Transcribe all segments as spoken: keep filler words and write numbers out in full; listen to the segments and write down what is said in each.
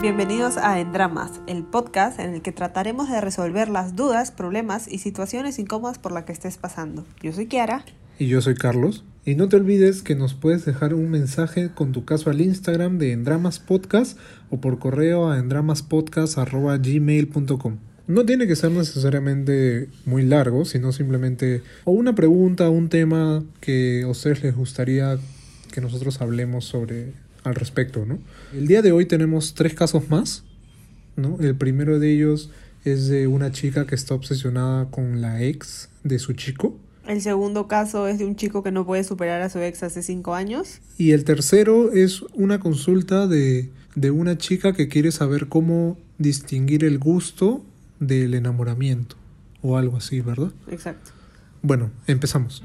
Bienvenidos a En Dramas, el podcast en el que trataremos de resolver las dudas, problemas y situaciones incómodas por las que estés pasando. Yo soy Kiara. Y yo soy Carlos. Y no te olvides que nos puedes dejar un mensaje con tu caso al Instagram de Endramas Podcast o por correo a endramaspodcast arroba gmail punto com. No tiene que ser necesariamente muy largo, sino simplemente o una pregunta, un tema que a ustedes les gustaría que nosotros hablemos sobre al respecto, ¿no? El día de hoy tenemos tres casos más, ¿no? El primero de ellos es de una chica que está obsesionada con la ex de su chico. El segundo caso es de un chico que no puede superar a su ex hace cinco años. Y el tercero es una consulta de, de una chica que quiere saber cómo distinguir el gusto del enamoramiento o algo así, ¿verdad? Exacto. Bueno, empezamos.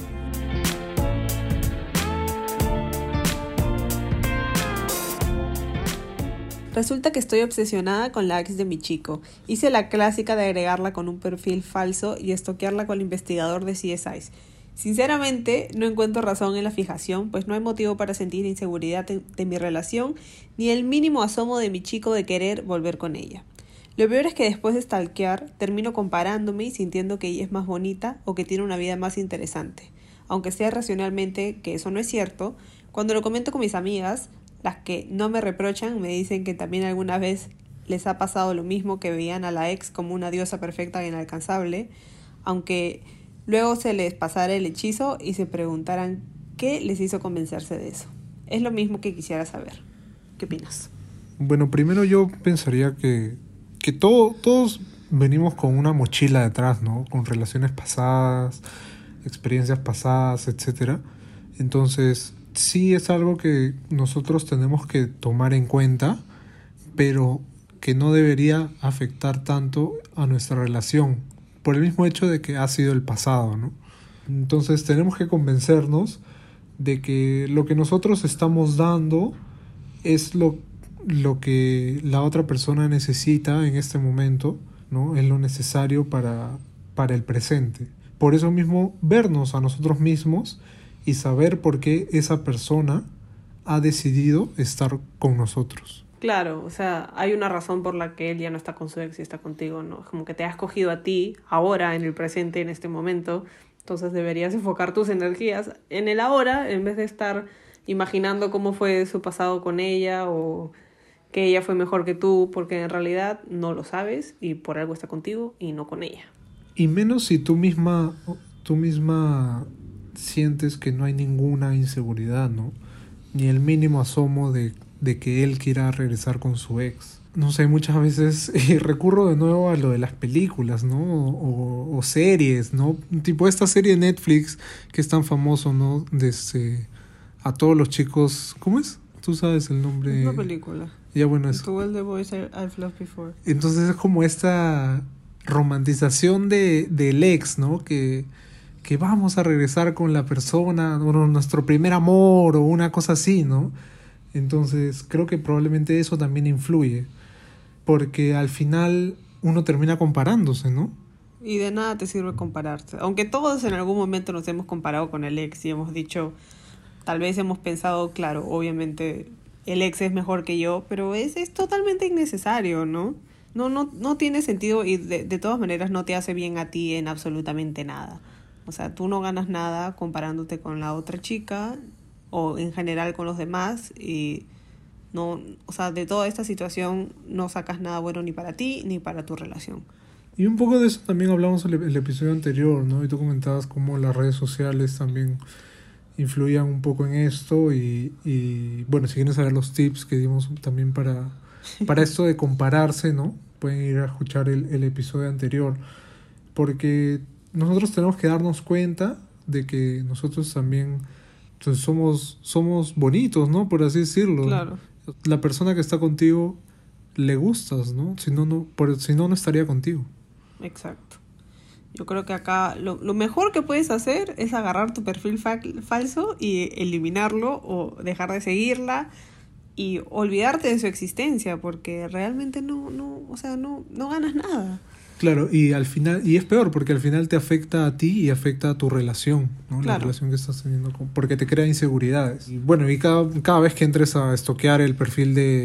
Resulta que estoy obsesionada con la ex de mi chico. Hice la clásica de agregarla con un perfil falso y estoquearla con el investigador de C S I. Sinceramente, no encuentro razón en la fijación, pues no hay motivo para sentir inseguridad de, de mi relación, ni el mínimo asomo de mi chico de querer volver con ella. Lo peor es que después de stalkear, termino comparándome y sintiendo que ella es más bonita o que tiene una vida más interesante. Aunque sea racionalmente que eso no es cierto, cuando lo comento con mis amigas, las que no me reprochan me dicen que también alguna vez les ha pasado lo mismo, que veían a la ex como una diosa perfecta e inalcanzable, aunque luego se les pasara el hechizo y se preguntaran qué les hizo convencerse de eso. Es lo mismo que quisiera saber. ¿Qué opinas? Bueno, primero yo pensaría que, que todo, todos venimos con una mochila detrás, ¿no? Con relaciones pasadas, experiencias pasadas, etcétera. Entonces, sí es algo que nosotros tenemos que tomar en cuenta, pero que no debería afectar tanto a nuestra relación, por el mismo hecho de que ha sido el pasado, ¿no? Entonces tenemos que convencernos de que lo que nosotros estamos dando es lo, lo que la otra persona necesita en este momento, ¿no? Es lo necesario para, para el presente. Por eso mismo, vernos a nosotros mismos y saber por qué esa persona ha decidido estar con nosotros. Claro, o sea, hay una razón por la que él ya no está con su ex y está contigo, ¿no? Como que te ha escogido a ti, ahora, en el presente, en este momento. Entonces deberías enfocar tus energías en el ahora, en vez de estar imaginando cómo fue su pasado con ella o que ella fue mejor que tú, porque en realidad no lo sabes y por algo está contigo y no con ella. Y menos si tú misma, tú misma sientes que no hay ninguna inseguridad, ¿no? Ni el mínimo asomo de, de que él quiera regresar con su ex. No sé, muchas veces eh, recurro de nuevo a lo de las películas, ¿no? O, o series, ¿no? Tipo esta serie de Netflix que es tan famoso, ¿no? Desde a todos los chicos... ¿Cómo es? ¿Tú sabes el nombre? Es una película. Ya, bueno, es... To All the Boys I've Loved Before. Entonces es como esta romantización de, del ex, ¿no? Que... que vamos a regresar con la persona, bueno, nuestro primer amor o una cosa así, ¿no? Entonces creo que probablemente eso también influye, porque al final uno termina comparándose, ¿no? Y de nada te sirve compararse. Aunque todos en algún momento nos hemos comparado con el ex y hemos dicho, tal vez hemos pensado, claro, obviamente el ex es mejor que yo, pero es, es totalmente innecesario, ¿no? No, no, no tiene sentido y de, de todas maneras no te hace bien a ti en absolutamente nada. O sea, tú no ganas nada comparándote con la otra chica o en general con los demás y no, o sea, de toda esta situación no sacas nada bueno ni para ti ni para tu relación. Y un poco de eso también hablamos en el, el episodio anterior, ¿no? Y tú comentabas cómo las redes sociales también influían un poco en esto y, y bueno, si quieren saber los tips que dimos también para, para esto de compararse, ¿no? Pueden ir a escuchar el, el episodio anterior, porque nosotros tenemos que darnos cuenta de que nosotros también pues, somos, somos bonitos, ¿no? Por así decirlo. Claro. La persona que está contigo le gustas, ¿no? Si no, no, por, si no, no estaría contigo. Exacto. Yo creo que acá lo, lo mejor que puedes hacer es agarrar tu perfil fa- falso y eliminarlo o dejar de seguirla y olvidarte de su existencia, porque realmente no, no, o sea, no, no ganas nada. Claro, y al final, y es peor porque al final te afecta a ti y afecta a tu relación, ¿no? Claro. La relación que estás teniendo con, porque te crea inseguridades. Y bueno, y cada, cada vez que entres a estoquear el perfil de,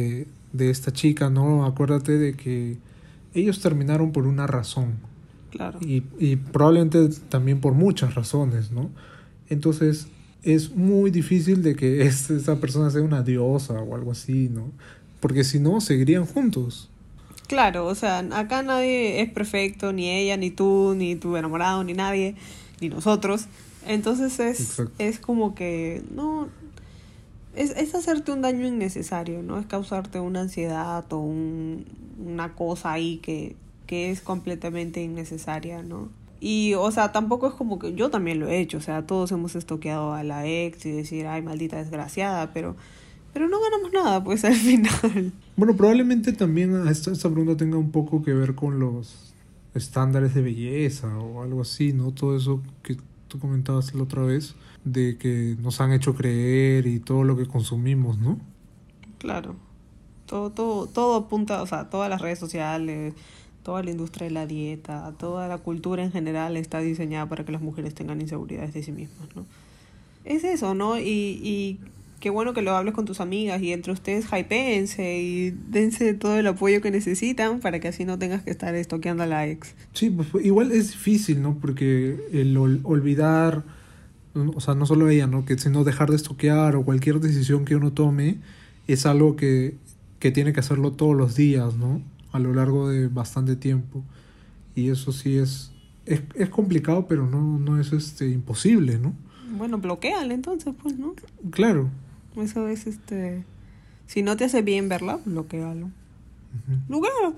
de esta chica, ¿no? Acuérdate de que ellos terminaron por una razón. Claro. Y, y probablemente también por muchas razones, ¿no? Entonces es muy difícil de que es, esa persona sea una diosa o algo así, ¿no? Porque si no, seguirían juntos. Claro, o sea, acá nadie es perfecto, ni ella, ni tú, ni tu enamorado, ni nadie, ni nosotros. Entonces es, es como que, no, es, es hacerte un daño innecesario, ¿no? Es causarte una ansiedad o un, una cosa ahí que, que es completamente innecesaria, ¿no? Y, o sea, tampoco es como que yo también lo he hecho, o sea, todos hemos estoqueado a la ex y decir, ay, maldita desgraciada, pero... Pero no ganamos nada, pues, al final. Bueno, probablemente también esta, esta pregunta tenga un poco que ver con los estándares de belleza o algo así, ¿no? Todo eso que tú comentabas la otra vez, de que nos han hecho creer y todo lo que consumimos, ¿no? Claro. Todo, todo, todo apunta, o sea, todas las redes sociales, toda la industria de la dieta, toda la cultura en general está diseñada para que las mujeres tengan inseguridades de sí mismas, ¿no? Es eso, ¿no? Y... y qué bueno que lo hables con tus amigas y entre ustedes hypéense y dense todo el apoyo que necesitan para que así no tengas que estar estoqueando a la ex. Sí, pues igual es difícil, ¿no? Porque el ol- olvidar, o sea, no solo ella, ¿no? Que sino dejar de estoquear o cualquier decisión que uno tome es algo que, que tiene que hacerlo todos los días, ¿no? A lo largo de bastante tiempo. Y eso sí es, es, es complicado, pero no, no es este imposible, ¿no? Bueno, bloquéale entonces, pues, ¿no? Claro. Eso es, este... Si no te hace bien verla, bloquéalo. Uh-huh. Bloquéalo.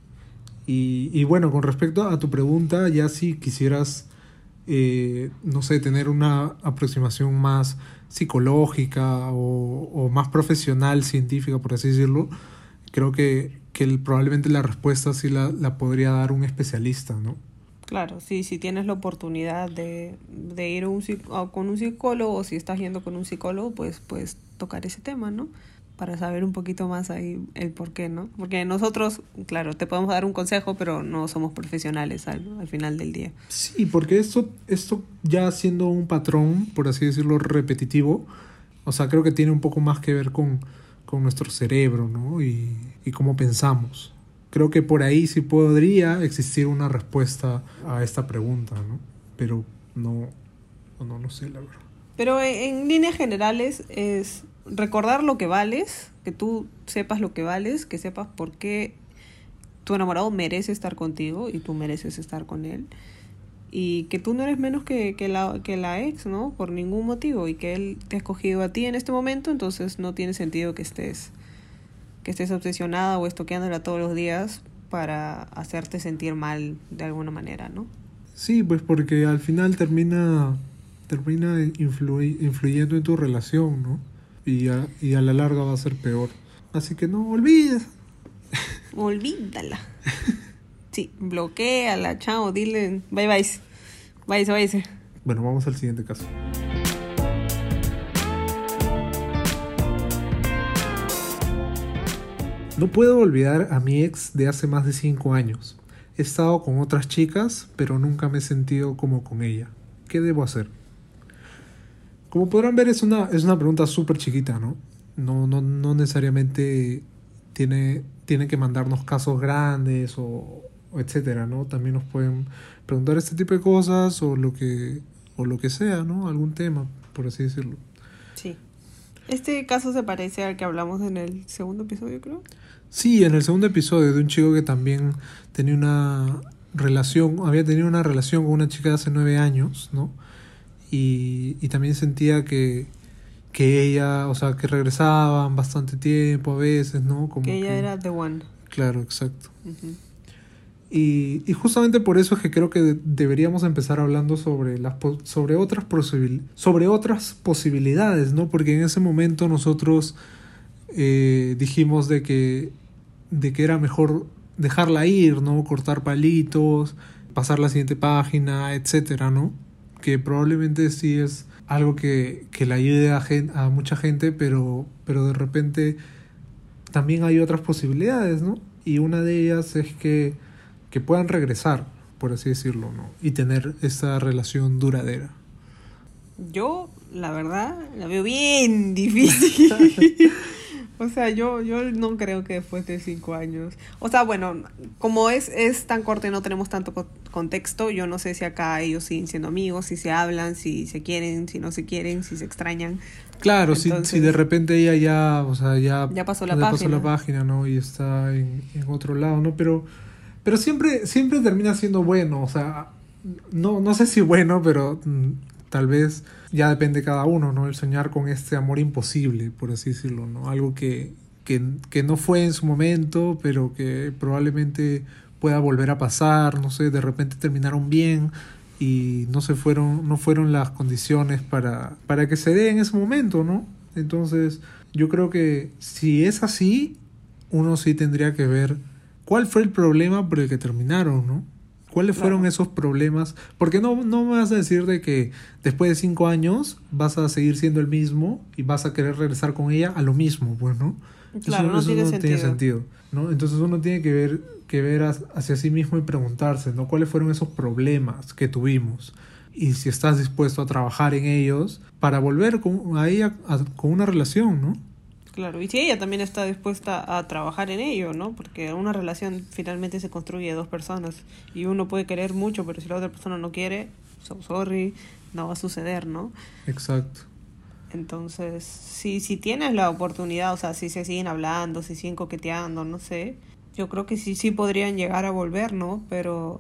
Y, y bueno, con respecto a tu pregunta, ya si quisieras, eh, no sé, tener una aproximación más psicológica o, o más profesional, científica, por así decirlo, creo que, que el, probablemente la respuesta sí la, la podría dar un especialista, ¿no? Claro, sí, si tienes la oportunidad de, de ir a un, a, con un psicólogo o si estás yendo con un psicólogo, pues puedes tocar ese tema, ¿no? Para saber un poquito más ahí el por qué, ¿no? Porque nosotros, claro, te podemos dar un consejo, pero no somos profesionales al, al final del día. Sí, porque esto, esto ya siendo un patrón, por así decirlo, repetitivo, o sea, creo que tiene un poco más que ver con, con nuestro cerebro, ¿no? Y, y cómo pensamos. Creo que por ahí sí podría existir una respuesta a esta pregunta, ¿no? Pero no, no, no sé, la verdad. Pero en, en líneas generales es recordar lo que vales, que tú sepas lo que vales, que sepas por qué tu enamorado merece estar contigo y tú mereces estar con él. Y que tú no eres menos que, que, la, que la ex, ¿no? Por ningún motivo. Y que él te ha escogido a ti en este momento, entonces no tiene sentido que estés... que estés obsesionada o estoqueándola todos los días para hacerte sentir mal de alguna manera, ¿no? Sí, pues porque al final termina termina influy, influyendo en tu relación, ¿no? Y a, y a la larga va a ser peor. Así que no olvides. Olvídala. Sí, bloquéala, chao, dile, bye bye. Bye, bye. Bueno, vamos al siguiente caso. No puedo olvidar a mi ex de hace más de cinco años. He estado con otras chicas, pero nunca me he sentido como con ella. ¿Qué debo hacer? Como podrán ver, es una, es una pregunta súper chiquita, ¿no? No, no, no necesariamente tiene, tiene que mandarnos casos grandes o, o etcétera, ¿no? También nos pueden preguntar este tipo de cosas o lo que, o lo que sea, ¿no? Algún tema, por así decirlo. Sí. Este caso se parece al que hablamos en el segundo episodio, creo. Sí, en el segundo episodio de un chico que también tenía una relación, había tenido una relación con una chica de hace nueve años, ¿no? Y, y también sentía que, que ella, o sea, que regresaban bastante tiempo a veces, ¿no? Como que ella que, era the one. Claro, exacto. Uh-huh. Y, y justamente por eso es que creo que de, deberíamos empezar hablando sobre las sobre otras posibil, sobre otras posibilidades, ¿no? Porque en ese momento nosotros eh, dijimos de que de que era mejor dejarla ir, ¿no? Cortar palitos, pasar la siguiente página, etcétera, ¿no? Que probablemente sí es algo que, que le ayude a, gen, a mucha gente, pero, pero de repente también hay otras posibilidades, ¿no? Y una de ellas es que que puedan regresar, por así decirlo, ¿no? Y tener esa relación duradera. Yo, la verdad, la veo bien difícil. O sea, yo, yo no creo que después de cinco años... O sea, bueno, como es, es tan corto y no tenemos tanto co- contexto, yo no sé si acá ellos siguen siendo amigos, si se hablan, si se quieren, si no se quieren, si se extrañan. Claro, si, Entonces, si de repente ella ya, o sea, ya, ya pasó la ya pasó página. la página, ¿no? Y está en, en otro lado, ¿no? Pero, pero siempre, siempre termina siendo bueno, o sea, no, no sé si bueno, pero mm, tal vez ya depende de cada uno, ¿no? El soñar con este amor imposible, por así decirlo, ¿no? Algo que, que, que no fue en su momento, pero que probablemente pueda volver a pasar, no sé, de repente terminaron bien y no se fueron, no fueron las condiciones para, para que se dé en ese momento, ¿no? Entonces, yo creo que si es así, uno sí tendría que ver cuál fue el problema por el que terminaron, ¿no? ¿Cuáles fueron Claro. esos problemas? Porque no, no me vas a decir de que después de cinco años vas a seguir siendo el mismo y vas a querer regresar con ella a lo mismo, pues, ¿no? Claro, Eso, no eso tiene no sentido. tiene sentido, ¿no? Entonces uno tiene que ver, que ver hacia sí mismo y preguntarse, ¿no? ¿Cuáles fueron esos problemas que tuvimos? Y si estás dispuesto a trabajar en ellos para volver con, a ella a- con una relación, ¿no? Claro, y si ella también está dispuesta a trabajar en ello, ¿no? Porque una relación finalmente se construye de dos personas y uno puede querer mucho, pero si la otra persona no quiere, so sorry, no va a suceder, ¿no? Exacto. Entonces, si, si tienes la oportunidad, o sea, si se siguen hablando, si siguen coqueteando, no sé, yo creo que sí, sí podrían llegar a volver, ¿no? Pero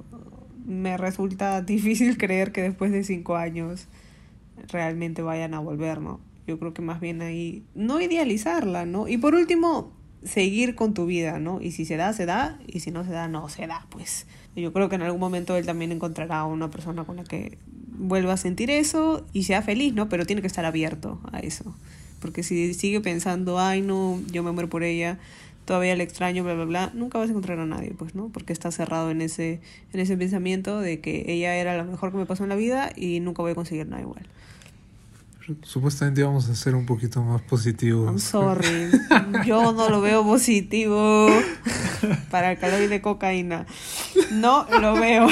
me resulta difícil creer que después de cinco años realmente vayan a volver, ¿no? Yo creo que más bien ahí, no idealizarla, ¿no? Y por último, seguir con tu vida, ¿no? Y si se da, se da, y si no se da, no se da, pues. Yo creo que en algún momento él también encontrará a una persona con la que vuelva a sentir eso y sea feliz, ¿no? Pero tiene que estar abierto a eso. Porque si sigue pensando, ay, no, yo me muero por ella, todavía le extraño, bla, bla, bla, nunca vas a encontrar a nadie, pues, ¿no? Porque está cerrado en ese, en ese pensamiento de que ella era lo mejor que me pasó en la vida y nunca voy a conseguir nada igual. Supuestamente íbamos a ser un poquito más positivos. I'm sorry, yo no lo veo positivo para el calor de cocaína. No lo veo.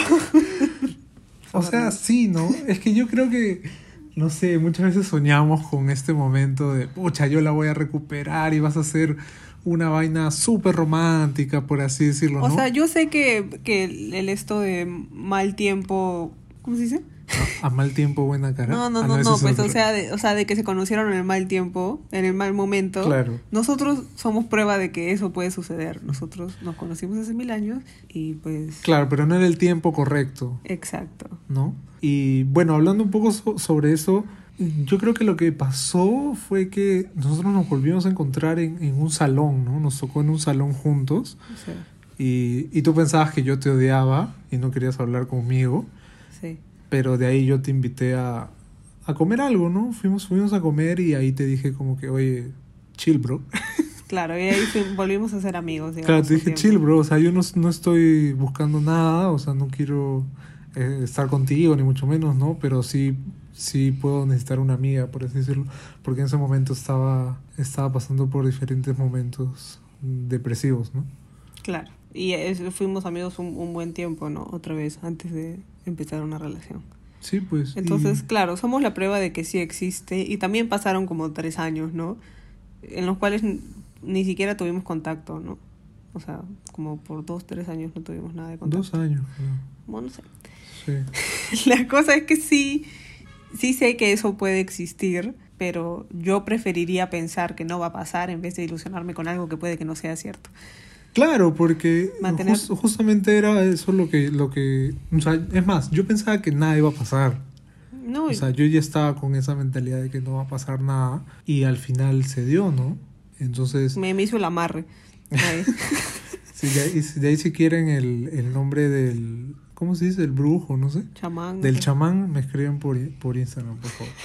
O sea, sí, ¿no? Es que yo creo que, no sé, muchas veces soñamos con este momento de, pucha, yo la voy a recuperar y vas a hacer una vaina súper romántica, por así decirlo, ¿no? O sea, yo sé que, que el, el esto de mal tiempo, ¿cómo se dice? A, a mal tiempo, buena cara. No, no, Ah, no, ese no, es pues otro. o sea, de, o sea, de que se conocieron en el mal tiempo, en el mal momento. Claro. Nosotros somos prueba de que eso puede suceder. Nosotros nos conocimos hace mil años y pues... Claro, pero no era el tiempo correcto, Exacto. ¿no? Y bueno, hablando un poco so- sobre eso, yo creo que lo que pasó fue que nosotros nos volvimos a encontrar en, en un salón, ¿no? Nos tocó en un salón juntos. Sí, Y, y tú pensabas que yo te odiaba y no querías hablar conmigo, sí. pero de ahí yo te invité a, a comer algo, ¿no? Fuimos, fuimos a comer y ahí te dije como que, oye, chill, bro. Claro, y ahí fui- volvimos a ser amigos, digamos. Claro, te un dije, tiempo. chill, bro, o sea, yo no, no estoy buscando nada, o sea, no quiero eh, estar contigo, ni mucho menos, ¿no? Pero sí, sí puedo necesitar una amiga, por así decirlo, porque en ese momento estaba, estaba pasando por diferentes momentos depresivos, ¿no? Claro. Y es- fuimos amigos un, un buen tiempo, ¿no? Otra vez, antes de empezar una relación. Sí, pues. Entonces, y- claro, somos la prueba de que sí existe. Y también pasaron como tres años, ¿no? En los cuales n- ni siquiera tuvimos contacto, ¿no? O sea, como por dos, tres años no tuvimos nada de contacto. Dos años, creo. Bueno, no sé. Sí. La cosa es que sí, sí sé que eso puede existir, pero yo preferiría pensar que no va a pasar en vez de ilusionarme con algo que puede que no sea cierto. Claro, porque Mantener- jus- justamente era eso lo que, lo que, o sea, es más, yo pensaba que nada iba a pasar. No, O sea, yo ya estaba con esa mentalidad de que no va a pasar nada y al final se dio, ¿no? Entonces, me, me hizo el amarre. Ahí. si de ahí, si de ahí si quieren el, el nombre del, ¿cómo se dice? El brujo, no sé. Chamán. Del no sé. chamán, me escriben por, por Instagram, por favor.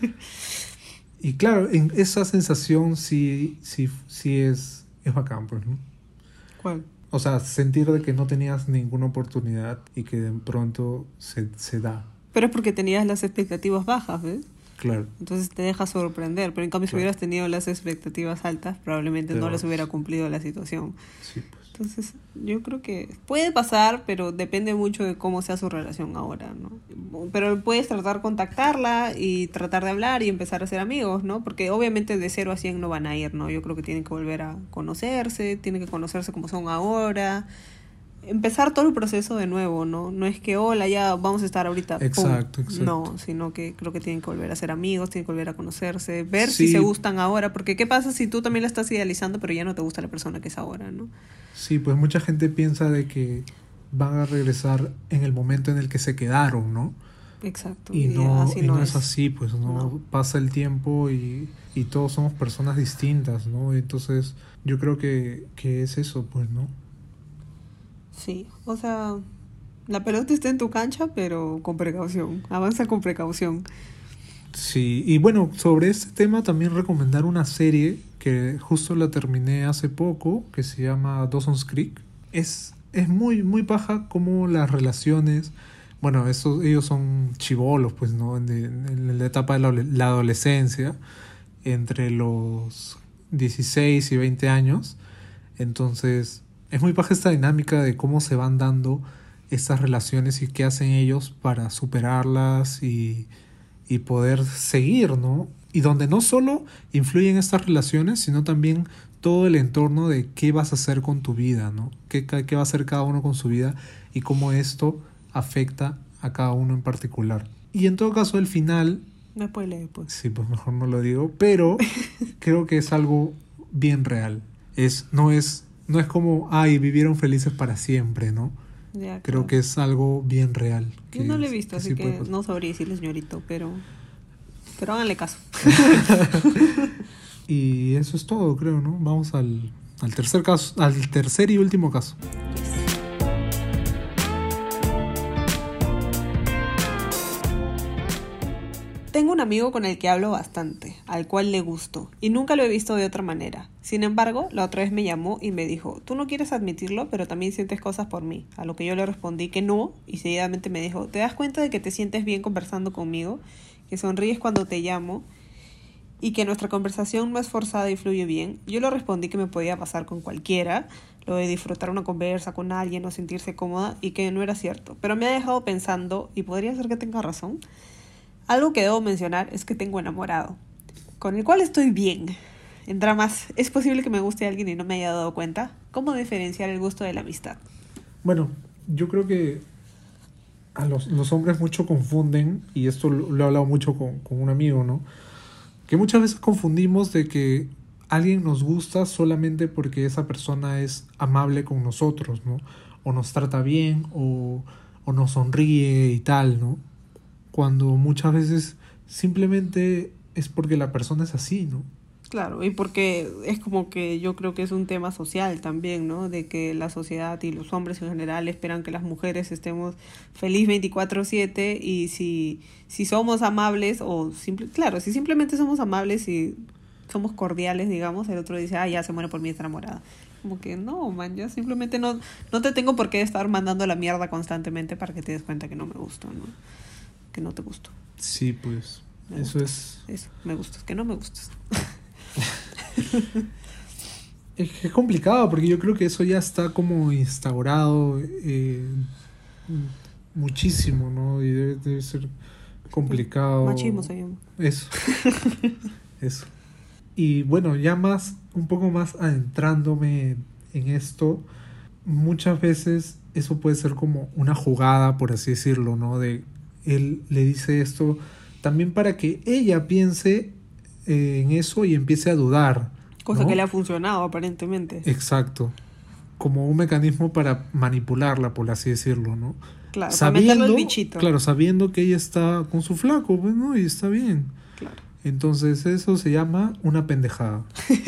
Y claro, en esa sensación sí, sí, sí es, es bacán, pues, ¿no? ¿Cuál? O sea, sentir de que no tenías ninguna oportunidad y que de pronto se, se da. Pero es porque tenías las expectativas bajas, ¿ves? Claro. Entonces te deja sorprender. Pero en cambio, si Claro. hubieras tenido las expectativas altas, probablemente Te no les vas. hubiera cumplido la situación. Sí, pues. Entonces, yo creo que puede pasar, pero depende mucho de cómo sea su relación ahora, ¿no? Pero puedes tratar de contactarla y tratar de hablar y empezar a ser amigos, ¿no? Porque obviamente de cero a cien no van a ir, ¿no? Yo creo que tienen que volver a conocerse, tienen que conocerse como son ahora, empezar todo el proceso de nuevo, ¿no? No es que, hola, ya vamos a estar ahorita. Exacto, exacto. No, sino que creo que tienen que volver a ser amigos, tienen que volver a conocerse, ver Sí. si se gustan ahora, porque ¿qué pasa si tú también la estás idealizando, pero ya no te gusta la persona que es ahora, ¿no? Sí, pues mucha gente piensa de que van a regresar en el momento en el que se quedaron, ¿no? Exacto. Y no, así y no, no es así, pues no, No. pasa el tiempo y, y todos somos personas distintas, ¿no? Entonces yo creo que, que es eso, pues, ¿no? Sí, o sea, la pelota está en tu cancha, pero con precaución, avanza con precaución. Sí, y bueno, sobre este tema también recomendar una serie que justo la terminé hace poco, que se llama Dawson's Creek. Es, es muy, muy paja como las relaciones, bueno, esos, ellos son chibolos, pues, ¿no? En, de- en la etapa de la, la adolescencia, entre los dieciséis y veinte años. Entonces, es muy paja esta dinámica de cómo se van dando estas relaciones y qué hacen ellos para superarlas y y poder seguir, ¿no? Y donde no solo influyen estas relaciones, sino también todo el entorno de qué vas a hacer con tu vida, ¿no? Qué, qué va a hacer cada uno con su vida y cómo esto afecta a cada uno en particular. Y en todo caso, el final, No spoilees, pues. sí, pues mejor no lo digo, pero creo que es algo bien real. Es, no es, no es como, ay, vivieron felices para siempre, ¿no? Ya, Creo claro. que es algo bien real. Yo no lo he visto, que así sí puede que pasar. no sabría decirle, señorito, pero... Pero háganle caso. Y eso es todo, creo, ¿no? Vamos al, al tercer caso, al tercer y último caso. Tengo un amigo con el que hablo bastante, al cual le gusto, y nunca lo he visto de otra manera. Sin embargo, la otra vez me llamó y me dijo, tú no quieres admitirlo, pero también sientes cosas por mí. A lo que yo le respondí que no, y seguidamente me dijo, ¿te das cuenta de que te sientes bien conversando conmigo? Que sonríes cuando te llamo, y que nuestra conversación no es forzada y fluye bien. Yo le respondí que me podía pasar con cualquiera, lo de disfrutar una conversa con alguien o sentirse cómoda, y que no era cierto. Pero me ha dejado pensando, y podría ser que tenga razón. Algo que debo mencionar es que tengo enamorado, con el cual estoy bien. En dramas, ¿es posible que me guste alguien y no me haya dado cuenta? ¿Cómo diferenciar el gusto de la amistad? Bueno, yo creo que a los, los hombres mucho confunden, y esto lo, lo he hablado mucho con, con un amigo, ¿no? Que muchas veces confundimos de que alguien nos gusta solamente porque esa persona es amable con nosotros, ¿no? O nos trata bien, o, o nos sonríe y tal, ¿no? Cuando muchas veces simplemente es porque la persona es así, ¿no? Claro, y porque es como que yo creo que es un tema social también, ¿no? De que la sociedad y los hombres en general esperan que las mujeres estemos feliz veinticuatro siete y si, si somos amables o simple, claro, si simplemente somos amables y somos cordiales, digamos, el otro dice, ah, ya se muere por mí, está enamorada. Como que no, man, yo simplemente no, no te tengo por qué estar mandando la mierda constantemente para que te des cuenta que no me gusto, ¿no? Que no te gusto. Sí, pues Me eso gustas. es... Eso, me gustas, que no me gustas. Es que es complicado porque yo creo que eso ya está como instaurado eh, muchísimo, ¿no? Y debe, debe ser complicado. Machismo se llama. Eso. Eso. Y bueno, ya más, un poco más adentrándome en esto, muchas veces eso puede ser como una jugada, por así decirlo, ¿no? De él le dice esto también para que ella piense eh, en eso y empiece a dudar. Cosa ¿no? que le ha funcionado aparentemente. Exacto. Como un mecanismo para manipularla, por así decirlo, ¿no? Claro, para meterle sabiendo, el bichito. claro, sabiendo que ella está con su flaco, pues, ¿no? Y está bien. Claro. Entonces eso se llama una pendejada.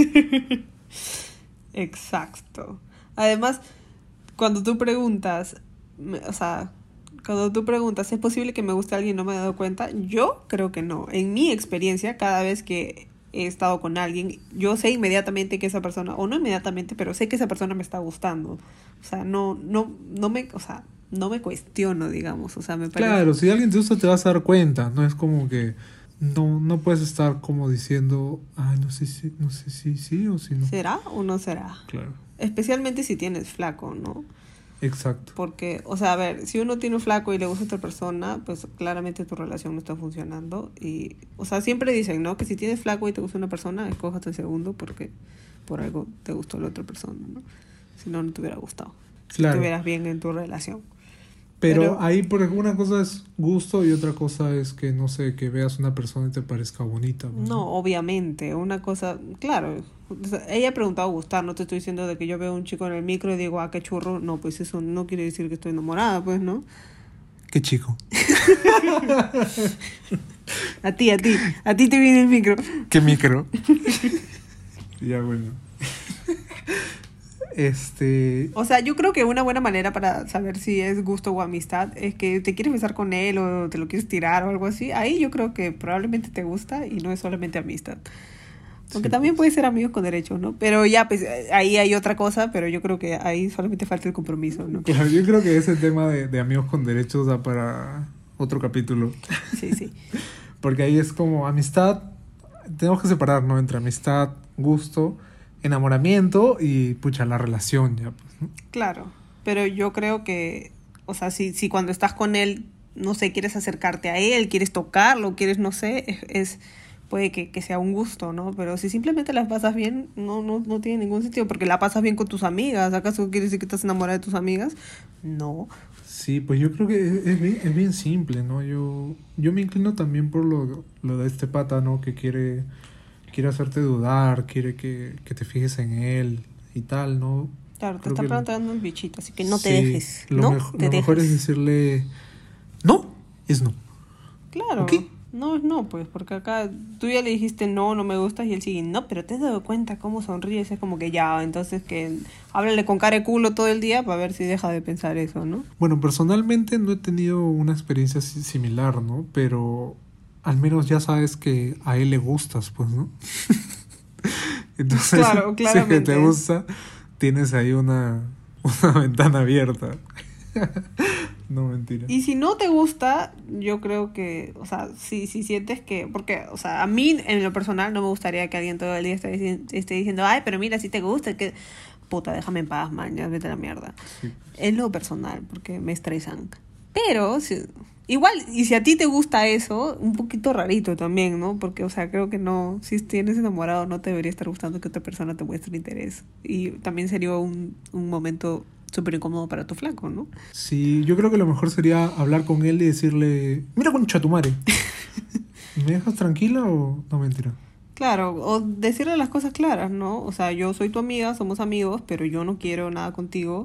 Exacto. Además, cuando tú preguntas, me- o sea, cuando tú preguntas, ¿es posible que me guste alguien y no me he dado cuenta? Yo creo que no. En mi experiencia, cada vez que he estado con alguien, yo sé inmediatamente que esa persona, o no inmediatamente, pero sé que esa persona me está gustando. O sea, no, no, no me, o sea, no me cuestiono, digamos. O sea, me parece... Claro, si alguien te gusta te vas a dar cuenta. No es como que no, no puedes estar como diciendo, ay, no sé si, no sé si sí o si no. ¿Será o no será? Claro. Especialmente si tienes flaco, ¿no? Exacto. Porque, o sea, a ver, si uno tiene un flaco y le gusta a otra persona, pues claramente tu relación no está funcionando. Y, o sea, siempre dicen, ¿no? Que si tienes flaco y te gusta una persona, escojas el segundo porque por algo te gustó la otra persona, ¿no? Si no, no te hubiera gustado. Si Claro. estuvieras bien en tu relación. Pero, Pero- ahí, por ejemplo, una cosa es gusto y otra cosa es que, no sé, que veas una persona y te parezca bonita. pues, No, obviamente, una cosa, claro, o sea, ella ha preguntado gustar, no te estoy diciendo de que yo veo a un chico en el micro y digo, ah, qué churro, no, pues eso no quiere decir que estoy enamorada, pues, ¿no? Qué chico. A ti, a ti, a ti te viene el micro. Qué micro. Ya, bueno. Este... O sea, yo creo que una buena manera para saber si es gusto o amistad es que te quieres besar con él o te lo quieres tirar o algo así. Ahí yo creo que probablemente te gusta y no es solamente amistad. Aunque Sí, también pues. puede ser amigos con derechos, ¿no? Pero ya, pues ahí hay otra cosa, pero yo creo que ahí solamente falta el compromiso, ¿no? Claro, yo creo que ese tema de, de amigos con derechos da para otro capítulo. Sí, sí. Porque ahí es como amistad, tenemos que separar, ¿no? Entre amistad, gusto, enamoramiento y, pucha, la relación ya, pues, ¿no? Claro, pero yo creo que, o sea, si, si cuando estás con él, no sé, quieres acercarte a él, quieres tocarlo, quieres, no sé, es, es puede que, que sea un gusto, ¿no? Pero si simplemente la pasas bien, no, no, no tiene ningún sentido, porque la pasas bien con tus amigas. ¿Acaso quiere decir que estás enamorada de tus amigas? No. Sí, pues yo creo que es, es bien, es bien simple, ¿no? Yo, yo me inclino también por lo, lo de este pata, ¿no? Que quiere, quiere hacerte dudar, quiere que, que te fijes en él y tal, ¿no? Claro, te Creo está que- plantando el bichito, así que no te Sí, dejes, Lo, ¿no? mejo- te lo mejor es dejes. decirle, no, es no. Claro. ¿Ok? No, no, pues, porque acá tú ya le dijiste no, no me gustas y él sigue, no, pero te has dado cuenta cómo sonríes, es como que ya, entonces que háblale con cara de culo todo el día para ver si deja de pensar eso, ¿no? Bueno, personalmente no he tenido una experiencia si- similar, ¿no? Pero al menos ya sabes que a él le gustas, pues, ¿no? Entonces, Claro, si es que claramente. te gusta, tienes ahí una, una ventana abierta. No, mentira. Y si no te gusta, yo creo que, o sea, si, si sientes que, porque, o sea, a mí en lo personal no me gustaría que alguien todo el día esté, dici- esté diciendo, ay, pero mira, si te gusta, que puta, déjame en paz, man, ya vete a la mierda. Sí. Es lo personal, porque me estresan. Pero, si- igual, y si a ti te gusta eso, un poquito rarito también, ¿no? Porque, o sea, creo que no, si tienes enamorado, no te debería estar gustando que otra persona te muestre interés. Y también sería un, un momento súper incómodo para tu flaco, ¿no? Sí, yo creo que lo mejor sería hablar con él y decirle, mira concha tu madre, ¿me dejas tranquila o no? Mentira. Claro, o decirle las cosas claras, ¿no? O sea, yo soy tu amiga, somos amigos, pero yo no quiero nada contigo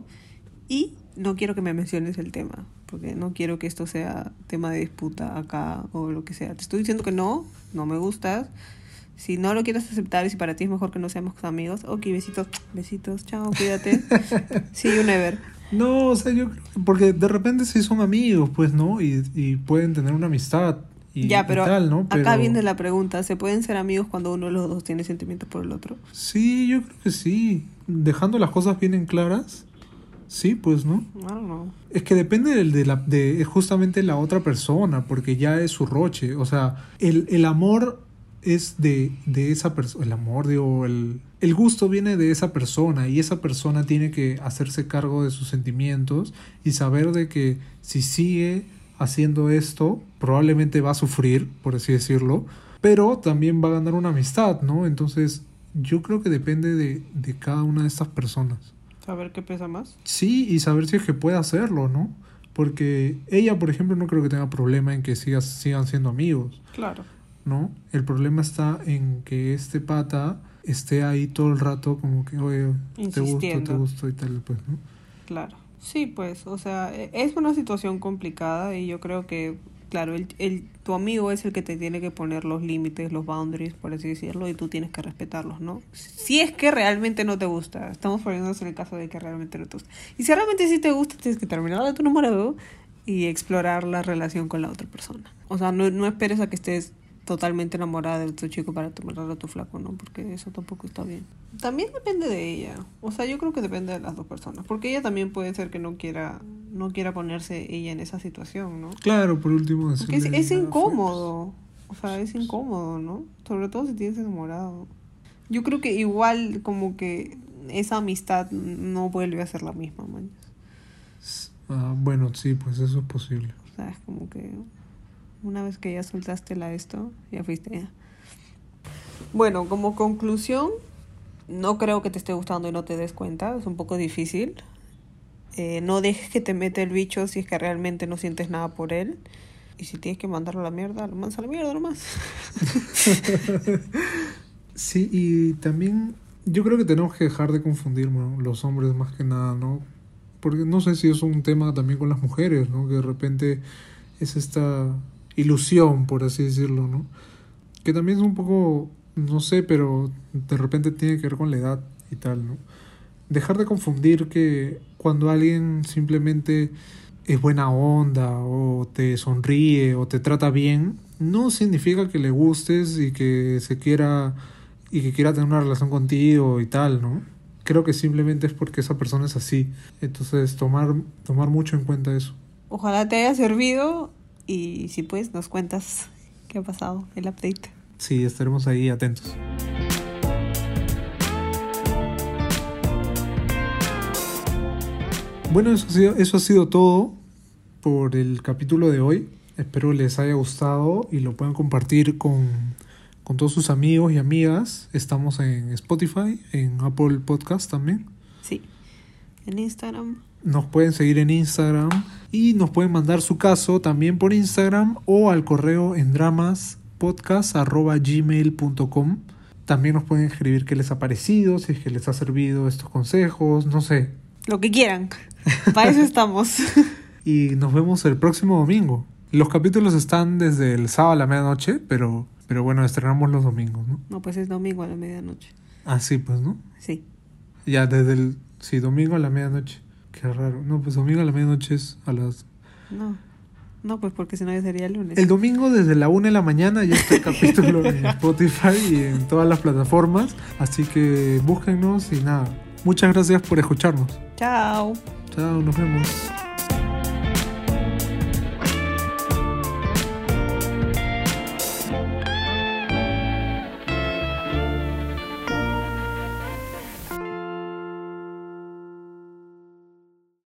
y no quiero que me menciones el tema, porque no quiero que esto sea tema de disputa acá o lo que sea. Te estoy diciendo que no, no me gustas. Si no lo quieres aceptar y si para ti es mejor que no seamos amigos, ok, besitos, besitos, chao, cuídate. See you never. No, o sea, yo creo que porque de repente sí son amigos, pues, ¿no? Y, y pueden tener una amistad y, Ya, pero, y tal, ¿no? Pero acá viene la pregunta, ¿se pueden ser amigos cuando uno de los dos tiene sentimientos por el otro? sí, yo creo que sí. Dejando las cosas bien en claras, sí, pues, ¿no? I don't know. Es que depende del- de, la, de justamente la otra persona, porque ya es su roche. O sea, el, el amor es de, de esa persona. El amor, digo, el, el gusto viene de esa persona y esa persona tiene que hacerse cargo de sus sentimientos y saber de que si sigue haciendo esto, probablemente va a sufrir, por así decirlo, pero también va a ganar una amistad, ¿no? Entonces, yo creo que depende de, de cada una de estas personas. ¿Saber qué pesa más? Sí, y saber si es que puede hacerlo, ¿no? Porque ella, por ejemplo, no creo que tenga problema en que sigas, sigan siendo amigos, Claro. ¿no? El problema está en que este pata esté ahí todo el rato como que, oye, te gusto, te Insistiendo. gusto y tal, pues, ¿no? Claro. Sí, pues, o sea, e- es una situación complicada y yo creo que, claro, el, el, tu amigo es el que te tiene que poner los límites, los boundaries, por así decirlo, y tú tienes que respetarlos, ¿no? Si es que realmente no te gusta, estamos poniéndonos en el caso de que realmente no te gusta. Y si realmente sí te gusta, tienes que terminar de tu enamorado y explorar la relación con la otra persona. O sea, no, no esperes a que estés totalmente enamorada de tu chico para tomarlo a tu flaco, ¿no? Porque eso tampoco está bien. También depende de ella. O sea, yo creo que depende de las dos personas. Porque ella también puede ser que no quiera, no quiera ponerse ella en esa situación, ¿no? Claro, por último Porque es, decirle, es "Ah, incómodo. O sea, es incómodo, ¿no? Sobre todo si tienes enamorado. Yo creo que igual como que esa amistad no vuelve a ser la misma, man. Ah, bueno, sí, pues eso es posible. O sea, es como que una vez que ya soltaste la esto, ya fuiste ya. Bueno, como conclusión, no creo que te esté gustando y no te des cuenta. Es un poco difícil. Eh, no dejes que te mete el bicho si es que realmente no sientes nada por él. Y si tienes que mandarlo a la mierda, lo mandas a la mierda nomás. Sí, y también yo creo que tenemos que dejar de confundir, ¿no? Los hombres más que nada, ¿no? Porque no sé si es un tema también con las mujeres, ¿no? Que de repente es esta ilusión, por así decirlo, ¿no? Que también es un poco, no sé, pero de repente tiene que ver con la edad y tal, ¿no? Dejar de confundir que cuando alguien simplemente es buena onda o te sonríe o te trata bien, no significa que le gustes y que se quiera y que quiera tener una relación contigo y tal, ¿no? Creo que simplemente es porque esa persona es así. Entonces, tomar, tomar mucho en cuenta eso. Ojalá te haya servido y si puedes nos cuentas qué ha pasado, el update. Sí, estaremos ahí atentos. Bueno, eso ha sido, eso ha sido todo por el capítulo de hoy. Espero les haya gustado y lo puedan compartir con, con todos sus amigos y amigas. Estamos en Spotify, en Apple Podcast también. Sí, en Instagram. Nos pueden seguir en Instagram y nos pueden mandar su caso también por Instagram o al correo en dramaspodcast arroba gmail punto com. También nos pueden escribir qué les ha parecido, si es que les ha servido estos consejos, no sé. Lo que quieran. Para eso estamos. Y nos vemos el próximo domingo. Los capítulos están desde el sábado a la medianoche, pero, pero bueno, estrenamos los domingos, ¿no? No, pues es domingo a la medianoche. Ah, sí, pues, ¿no? Sí. Ya, desde el... Sí, domingo a la medianoche. Qué raro. No, pues domingo a la medianoche es a las... No. No, pues porque si no ya sería lunes. El domingo desde la una de la mañana ya está el capítulo en Spotify y en todas las plataformas. Así que búsquennos y nada. Muchas gracias por escucharnos. Chao. Chao, nos vemos.